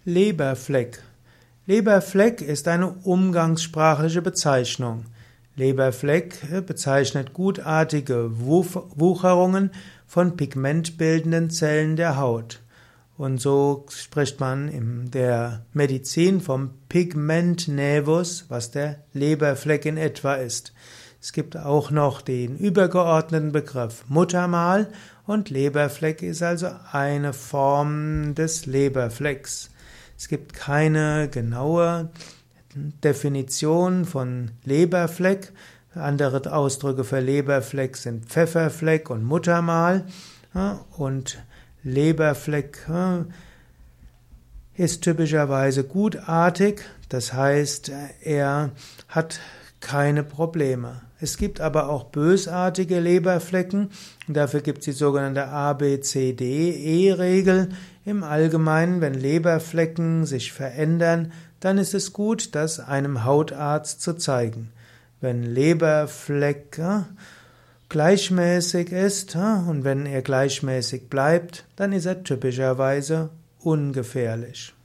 Leberfleck. Leberfleck ist eine umgangssprachliche Bezeichnung. Leberfleck bezeichnet gutartige Wucherungen von pigmentbildenden Zellen der Haut. Und so spricht man in der Medizin vom Pigment nevus, was der Leberfleck in etwa ist. Es gibt auch noch den übergeordneten Begriff Muttermal und Leberfleck ist also eine Form des Leberflecks. Es gibt keine genaue Definition von Leberfleck. Andere Ausdrücke für Leberfleck sind Pfefferfleck und Muttermal. Und Leberfleck ist typischerweise gutartig, das heißt, er hat keine Probleme. Es gibt aber auch bösartige Leberflecken und dafür gibt es die sogenannte ABCDE-Regel. Im Allgemeinen, wenn Leberflecken sich verändern, dann ist es gut, das einem Hautarzt zu zeigen. Wenn Leberfleck gleichmäßig ist und wenn er gleichmäßig bleibt, dann ist er typischerweise ungefährlich.